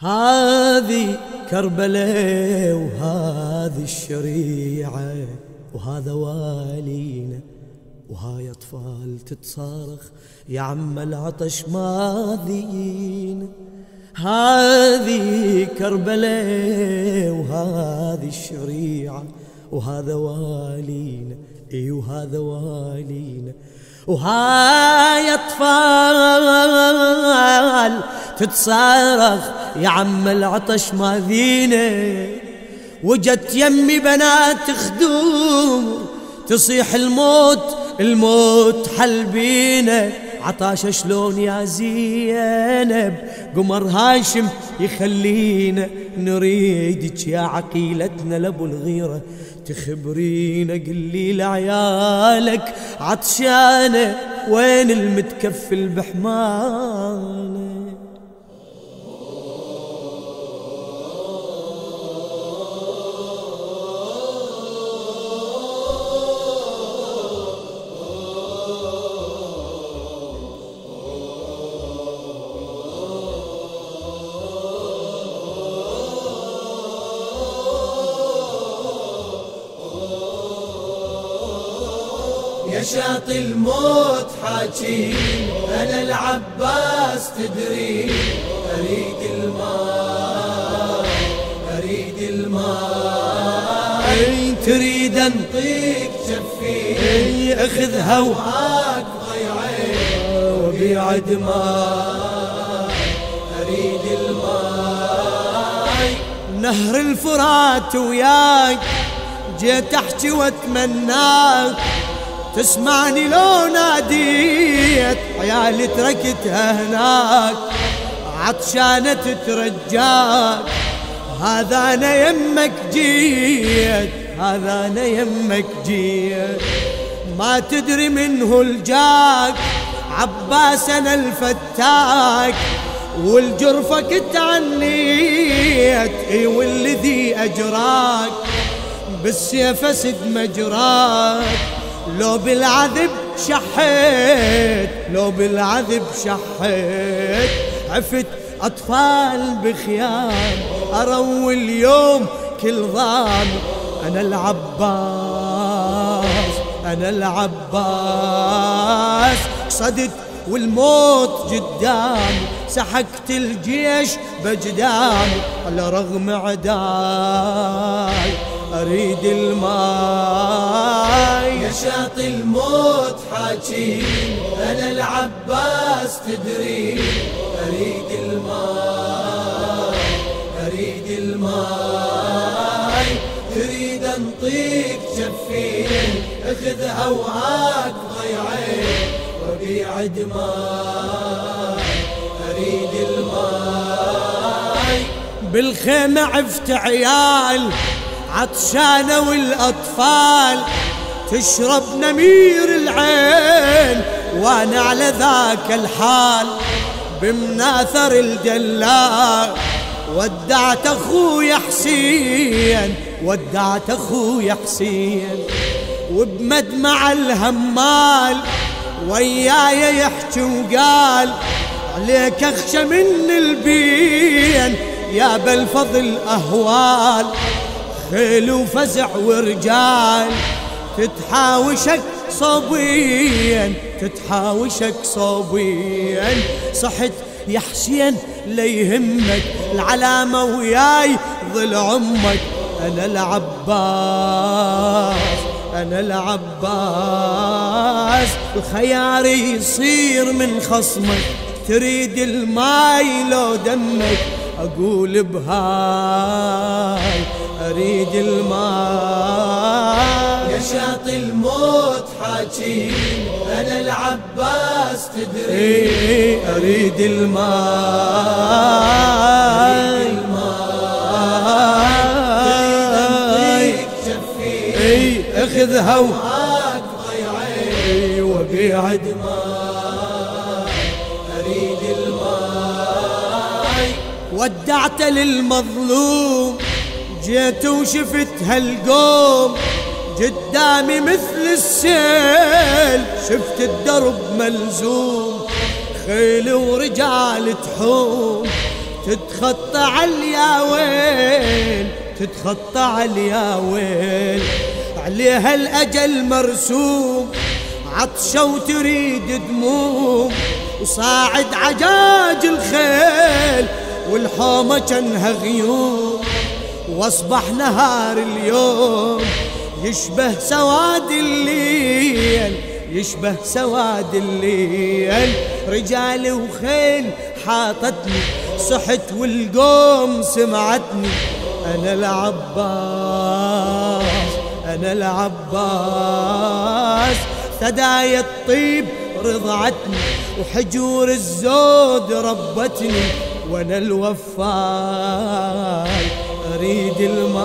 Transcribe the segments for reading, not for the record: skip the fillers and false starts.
هذه كربلاء وهذه الشريعة وهذا والينا، وهاي أطفال تتصارخ يا عم العطش ماذينا. هذه كربلاء وهذه الشريعة وهذا والينا، وهذا والينا، وهاي أطفال تتصارخ يا عم العطش ماذينا. وجت يمي بنات خدور تصيح الموت الموت حل بينا. عطاشة شلون يا زينب قمر هاشم يخلينا نريدك يا عقيلتنا لابو الغيرة تخبرينا. قلي لعيالك عطشانة وين المتكفل بحمانة. يا شاطي الموت حاكي أنا العباس تدري أريد الماء أريد الماء. تريد أنطيك جفي أخذها وهاك ضيعي وبيع دماء أريد الماء. نهر الفرات وياك جيت أحكي واتمناك تسمعني لو ناديت عيالي تركتها هناك عطشانة تترجاك. هذا أنا يمك جيت هذا أنا يمك جيت ما تدري منه الجاك عباس أنا الفتاك والجرفة كنت عنيت والذي أجراك بالسيف أسد مجراك. لو بالعذب شحيت لو بالعذب شحيت عفت أطفال بخيام أروي اليوم كل ضام. أنا العباس أنا العباس صدت والموت قدامي سحقت الجيش بجدامي على رغم عداي أريد الماء. يا شاطي الموت حاكي أنا العباس تدري أريد الماء أريد الماء. تريد أنطيك جفين أخذها وهاك ضيعي وبيع دماء أريد الماء. بالخيمة عفت عيال عطشانة والأطفال تشرب نمير العين وأنا على ذاك الحال بمناثر الدلاء. ودعت أخويا حسين ودعت أخويا حسين وبمدمع الهمال وياي يحكي وقال عليك أخشى من البين يا بالفضل أهوال. خيل وفزع ورجال تتحاوشك صبيا تتحاوشك صبيا. صحت يا حسين ليهمك العلامة وياي ظل عمك. أنا العباس أنا العباس الخياري يصير من خصمك. تريد الماي لو دمك أقول بهاي أريد الماء. يا شاطي الموت حاكي أنا العباس تدري أريد الماء الماء. تريد أنطيك جفي أخذها وهاك ضيعي وبيع دماء أريد الماء. ودعت للمظلوم جيت وشفت هالقوم قدامي مثل السيل شفت الدرب ملزوم خيل ورجال تحوم تتخطى عالياويل، تتخطى عالياويل، عليها الأجل مرسوم، عطشة وتريد دموم، وصاعد عجاج الخيل والحومة كانها غيوم، واصبح نهار اليوم يشبه سواد الليل، يشبه سواد الليل، رجال وخيل حاطتني، صحت والقوم سمعتني، أنا العباس، أنا العباس، ثدايا الطيب رضعتني، وحجور الزود ربتني، وأنا الوفاي أريد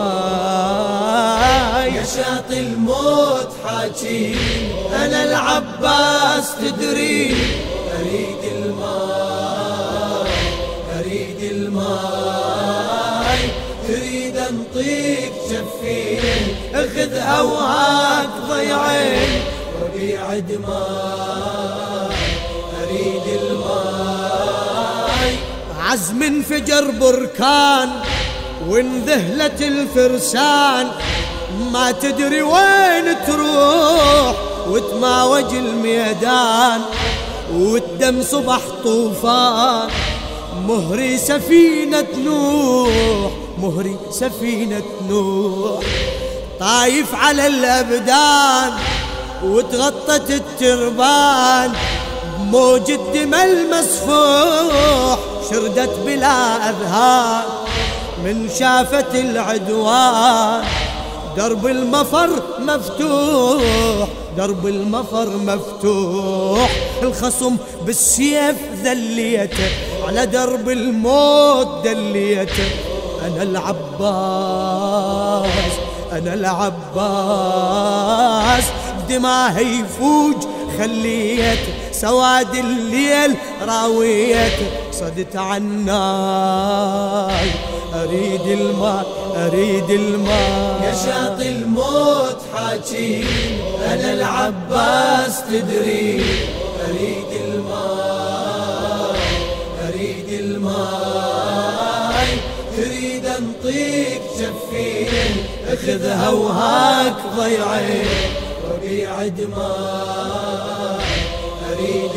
الماي، يا شاطئ الموت حاجي، أنا العباس تدري، أريد الماي، أريد الماي، تريد أنطيك جفين، اخذ هواك ضيعين، وبيع دماي، أريد الماي، عزم انفجر بركان وانذهلت الفرسان، ما تدري وين تروح وتماوج الميدان، والدم صبح طوفان، مهري سفينة نوح، مهري سفينة نوح، طايف على الأبدان وتغطت التربان، بموج الدم المسفوح شردت بلا أذهان، من شافت العدوان درب المفر مفتوح، درب المفر مفتوح، الخصم بالسيف ذليته، على درب الموت دليته، أنا العباس، أنا العباس، دماء يفوج خليته، سواد الليل راويته، صدت عناي أريد الماء، أريد الماء، يا شاطئ الموت حاجي، أنا العباس تدري، أريد الماء، أريد الماء، تريد أنطيك جفين، اخذ هوهاك ضيعين، وبيع دماء، أريد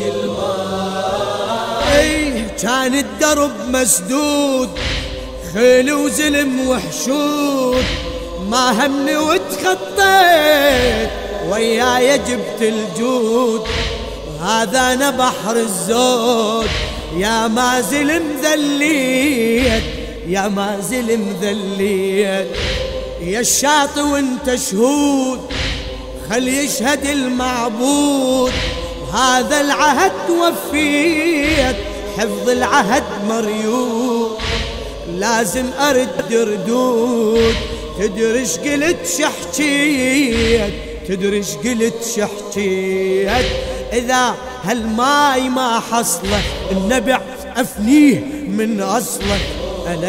الماء، كان الدرب مسدود، خيل وزلم وحشود، ما همني وتخطيت، وياي جبت الجود، هذا أنا بحر الزود، يا ما زلم ذليت، يا ما زلم ذليت، يا الشاطئ وانت شهود، خل يشهد المعبود، هذا العهد وفيت، حفظ العهد مريود، لازم أرد ردود، تدرش قلت شحكيت، تدرش قلت شحكيت، إذا هالماي ما حصله النبع أفنيه من أصله، أنا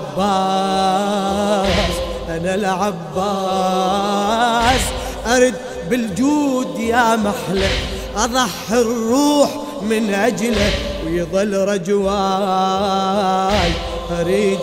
العباس، أنا العباس، أرد بالجود يا محلى، أضحي الروح من أجله، ويظل رجواي أريد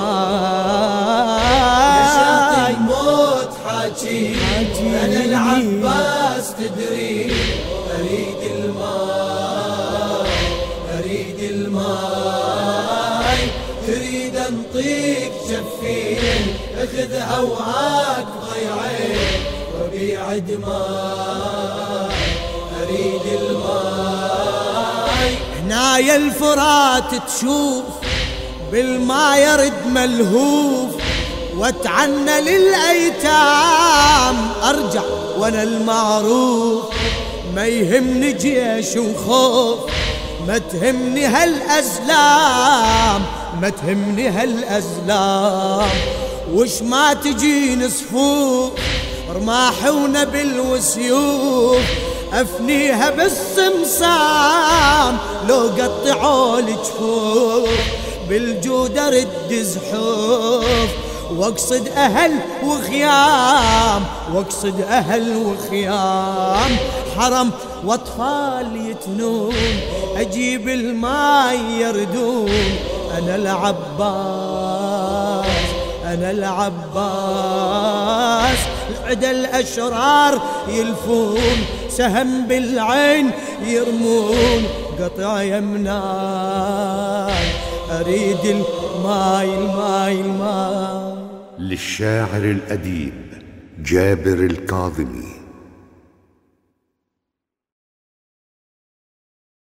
الماء، يا شاطئ الموت حاجي، أنا العباس تدري، أريد الماء، أريد الماء، تريد أنطيك جفين، اخذ هوهاك ضيعين، وبيع دماء، أريد الماء، هنايا الفرات تشوف بالما يرد ملهوف، واتعنى للأيتام، أرجع وانا المعروف، ما يهمني جيش وخوف، ما تهمني هالأزلام، ما تهمني هالأزلام، وش ما تجيني صفوف، رماحونا بالوسيوف، أفنيها بالسمسام، لو قطعوا الجفوف، بالجود أرد زحوف، واقصد أهل وخيام، واقصد أهل وخيام، حرم واطفال يتنون، أجيب الماي يردون، أنا العباس أنا العباس. العدا الأشرار يلفون سهم بالعين يرمون قطع يمناي أريد الماي الماي الماي. للشاعر الأديب جابر الكاظمي.